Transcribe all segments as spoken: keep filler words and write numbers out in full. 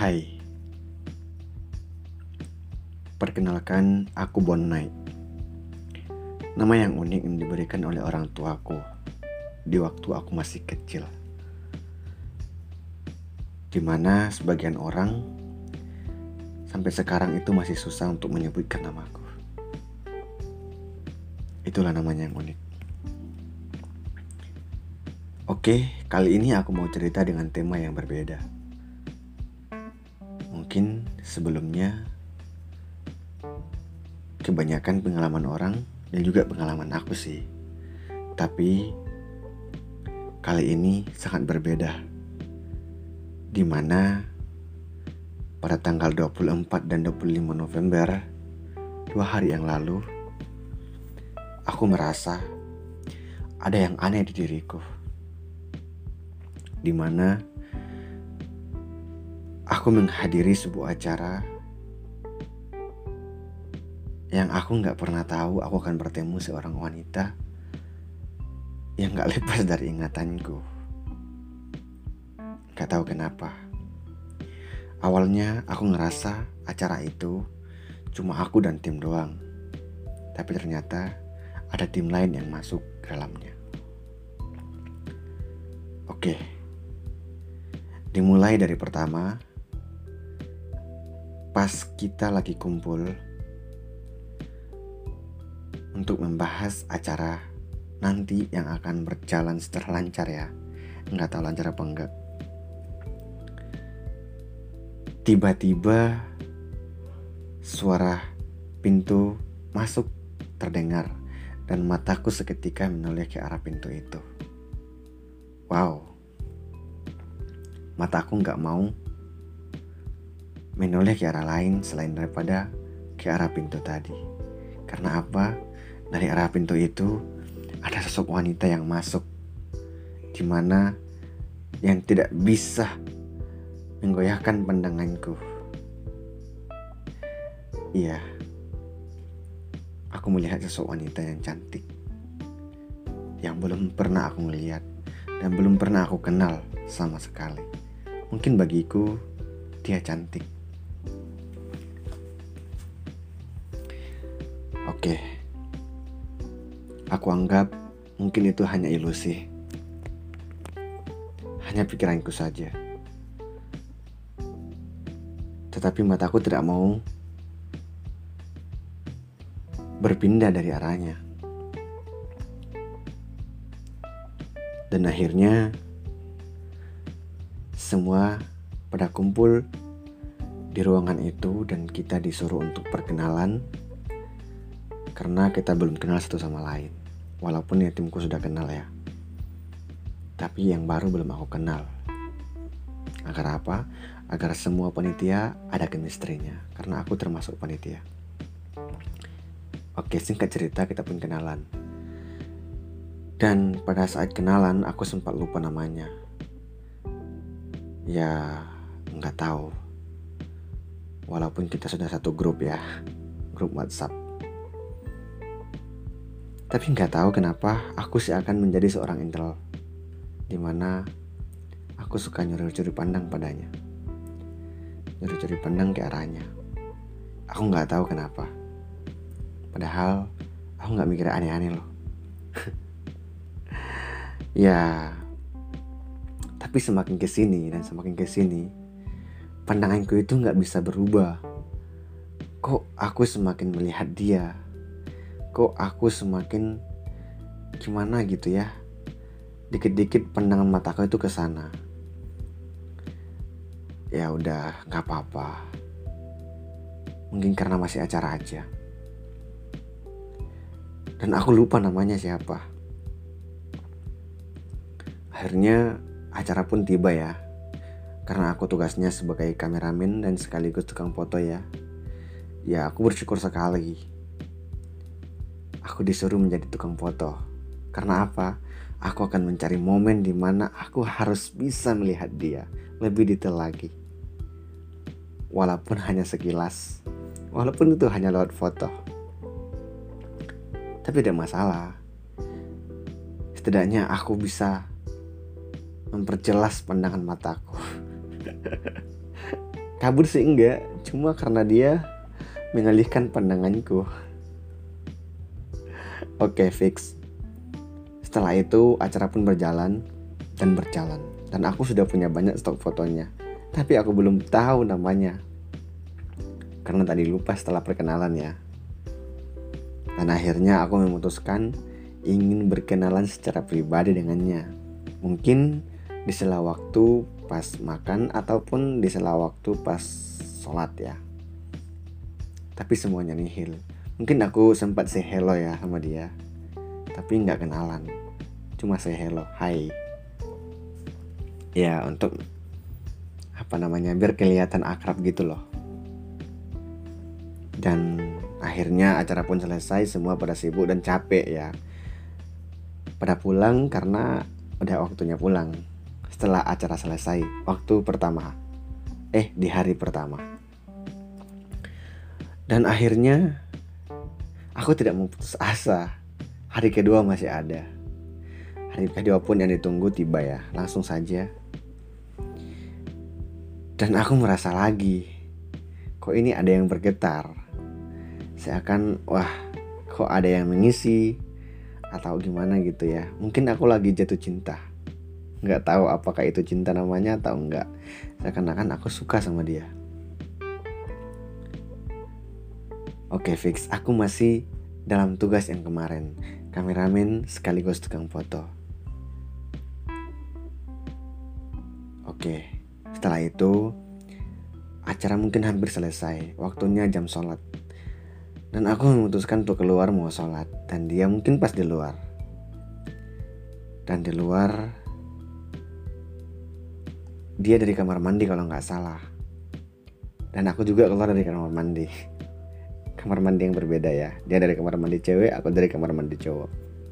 Hai, perkenalkan aku Bon Night. Nama yang unik yang diberikan oleh orang tuaku di waktu aku masih kecil, dimana sebagian orang sampai sekarang itu masih susah untuk menyebutkan namaku. Itulah namanya yang unik. Oke, kali ini aku mau cerita dengan tema yang berbeda. Mungkin sebelumnya kebanyakan pengalaman orang dan juga pengalaman aku sih. Tapi kali ini sangat berbeda. Dimana pada tanggal dua puluh empat dan dua puluh lima November, dua hari yang lalu, aku merasa ada yang aneh di diriku. Dimana aku menghadiri sebuah acara yang aku gak pernah tahu aku akan bertemu seorang wanita yang gak lepas dari ingatanku. Gak tahu kenapa. Awalnya aku ngerasa acara itu cuma aku dan tim doang. Tapi ternyata ada tim lain yang masuk ke dalamnya. Oke, dimulai dari pertama. Pas kita lagi kumpul untuk membahas acara nanti yang akan berjalan secara lancar ya. Nggak tahu lancar apa enggak. Tiba-tiba suara pintu masuk terdengar dan mataku seketika menoleh ke arah pintu itu. Wow, mataku nggak mau menoleh ke arah lain selain daripada ke arah pintu tadi. Karena apa? Dari arah pintu itu ada sosok wanita yang masuk, dimana yang tidak bisa menggoyahkan pandanganku. Iya, aku melihat sosok wanita yang cantik, yang belum pernah aku melihat dan belum pernah aku kenal sama sekali. Mungkin bagiku dia cantik. Oke, aku anggap mungkin itu hanya ilusi, hanya pikiranku saja. Tetapi mataku tidak mau berpindah dari arahnya. Dan akhirnya semua pada kumpul di ruangan itu dan kita disuruh untuk perkenalan. Karena kita belum kenal satu sama lain. Walaupun ya timku sudah kenal ya. Tapi yang baru belum aku kenal. Agar apa? Agar semua panitia ada chemistry-nya. Karena aku termasuk panitia. Oke, singkat cerita kita pun kenalan. Dan pada saat kenalan aku sempat lupa namanya. Ya nggak tahu. Walaupun kita sudah satu grup ya. Grup WhatsApp. Tapi nggak tahu kenapa aku seakan menjadi seorang intel, dimana aku suka nyuri-nyuri pandang padanya, nyuri-nyuri pandang ke arahnya. Aku nggak tahu kenapa. Padahal aku nggak mikir aneh-aneh loh. Ya, tapi semakin kesini dan semakin kesini, pandanganku itu nggak bisa berubah. Kok aku semakin melihat dia? Kok aku semakin gimana gitu ya. Dikit-dikit pandangan mataku itu ke sana. Ya udah, nggak apa-apa. Mungkin karena masih acara aja. Dan aku lupa namanya siapa. Akhirnya acara pun tiba ya. Karena aku tugasnya sebagai kameramen dan sekaligus tukang foto ya. Ya aku bersyukur sekali. Aku disuruh menjadi tukang foto. Karena apa? Aku akan mencari momen di mana aku harus bisa melihat dia lebih detail lagi. Walaupun hanya sekilas. Walaupun itu hanya lewat foto. Tapi tidak masalah. Setidaknya aku bisa memperjelas pandangan mataku. Kabur sih enggak, cuma karena dia mengalihkan pandanganku. Oke, fix. Setelah itu acara pun berjalan dan berjalan. Dan aku sudah punya banyak stok fotonya. Tapi aku belum tahu namanya. Karena tadi lupa setelah perkenalan ya. Dan akhirnya aku memutuskan ingin berkenalan secara pribadi dengannya. Mungkin di sela waktu pas makan ataupun di sela waktu pas sholat ya. Tapi semuanya nihil. Mungkin aku sempat say hello ya sama dia, tapi gak kenalan. Cuma say hello, hai. Ya untuk apa namanya, biar kelihatan akrab gitu loh. Dan akhirnya acara pun selesai, semua pada sibuk dan capek ya. Pada pulang karena udah waktunya pulang. Setelah acara selesai, waktu pertama. Eh, di hari pertama. Dan akhirnya aku tidak mau putus asa. Hari kedua masih ada. Hari kedua pun yang ditunggu tiba ya, langsung saja. Dan aku merasa lagi, kok ini ada yang bergetar. Seakan, wah, kok ada yang mengisi atau gimana gitu ya. Mungkin aku lagi jatuh cinta. Nggak tahu apakah itu cinta namanya atau enggak. Seakan-akan aku suka sama dia. Oke, fix. Aku masih dalam tugas yang kemarin. Kameramen sekaligus tukang foto. Oke, setelah itu acara mungkin hampir selesai. Waktunya jam sholat. Dan aku memutuskan untuk keluar mau sholat. Dan dia mungkin pas di luar. Dan di luar dia dari kamar mandi kalau gak salah. Dan aku juga keluar dari kamar mandi. Kamar mandi yang berbeda ya. Dia dari kamar mandi cewek, aku dari kamar mandi cowok.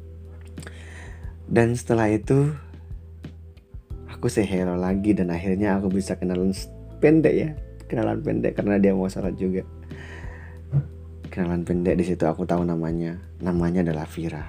Dan setelah itu aku say hello lagi. Dan akhirnya aku bisa kenalan pendek ya. Kenalan pendek karena dia mau sholat juga. Kenalan pendek, di situ aku tahu namanya. Namanya adalah Vira.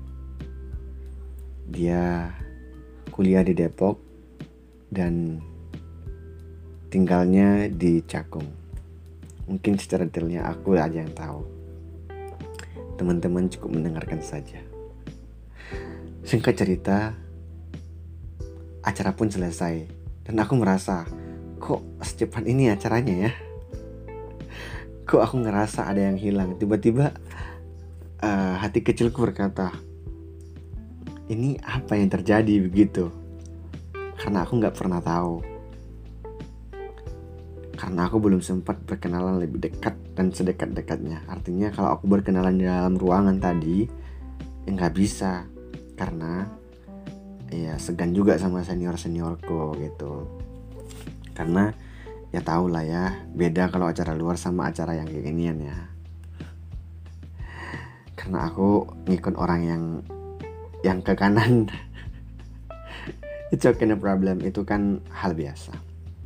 Dia kuliah di Depok dan tinggalnya di Cakung. Mungkin secara detailnya aku aja yang tahu. Teman-teman cukup mendengarkan saja. Singkat cerita, acara pun selesai dan aku merasa, kok secepat ini acaranya ya? Kok aku ngerasa ada yang hilang. Tiba-tiba uh, hati kecilku berkata, ini apa yang terjadi begitu? Karena aku gak pernah tahu. Karena aku belum sempat berkenalan lebih dekat dan sedekat-dekatnya. Artinya kalau aku berkenalan di dalam ruangan tadi, ya gak bisa. Karena ya segan juga sama senior-seniorku gitu. Karena ya tau lah ya, beda kalau acara luar sama acara yang kayak ginian ya. Karena aku ngikut orang yang yang ke kanan. It's okay, no problem. Itu kan hal biasa.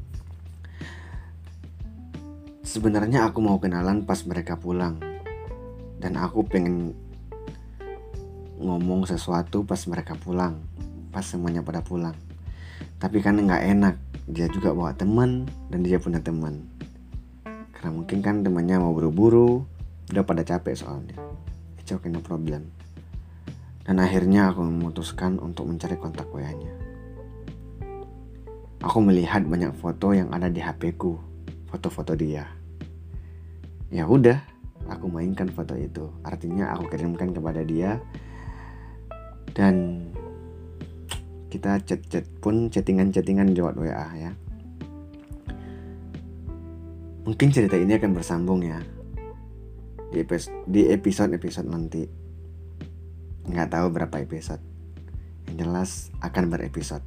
Sebenarnya aku mau kenalan pas mereka pulang. Dan aku pengen ngomong sesuatu pas mereka pulang. Pas semuanya pada pulang. Tapi kan gak enak. Dia juga bawa teman dan dia punya teman. Karena mungkin kan temannya mau buru-buru, udah pada capek soalnya. It's okay, no problem. Dan akhirnya aku memutuskan untuk mencari kontak W A-nya. Aku melihat banyak foto yang ada di H P-ku, foto-foto dia. Ya udah, aku mainkan foto itu. Artinya aku kirimkan kepada dia. Dan kita chat-chat pun, chattingan-chattingan lewat W A ya. Mungkin cerita ini akan bersambung ya di episode, di episode-episode nanti. Nggak tahu berapa episode. Yang jelas akan berepisode.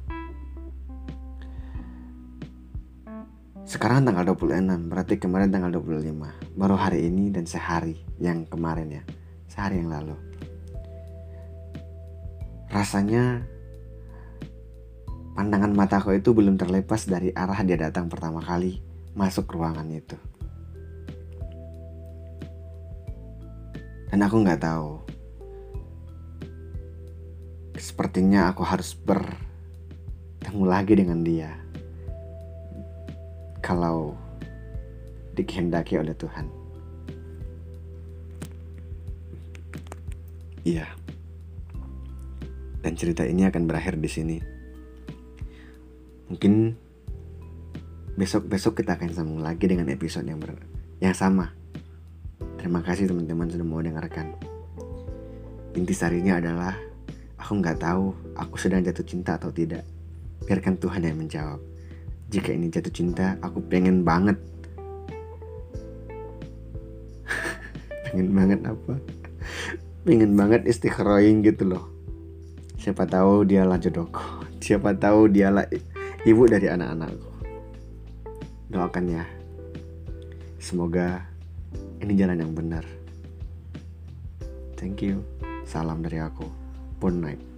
Sekarang tanggal dua puluh enam, berarti kemarin tanggal dua puluh lima. Baru hari ini dan sehari yang kemarin ya. Sehari yang lalu. Rasanya pandangan mataku itu belum terlepas dari arah dia datang pertama kali masuk ruangan itu. Dan aku gak tahu. Sepertinya aku harus bertemu lagi dengan dia. Kalau dikehendaki oleh Tuhan. Iya. Dan cerita ini akan berakhir di sini. Mungkin besok-besok kita akan sambung lagi dengan episode yang ber- yang sama. Terima kasih teman-teman sudah mau dengarkan. Intisarinya adalah aku nggak tahu aku sedang jatuh cinta atau tidak. Biarkan Tuhan yang menjawab. Jika ini jatuh cinta, aku pengen banget. pengen banget apa? Pengen banget istiqroing gitu loh. Siapa tahu dialah jodohku. Siapa tahu dialah ibu dari anak-anakku. Doakan ya. Semoga ini jalan yang benar. Thank you. Salam dari aku. Good night.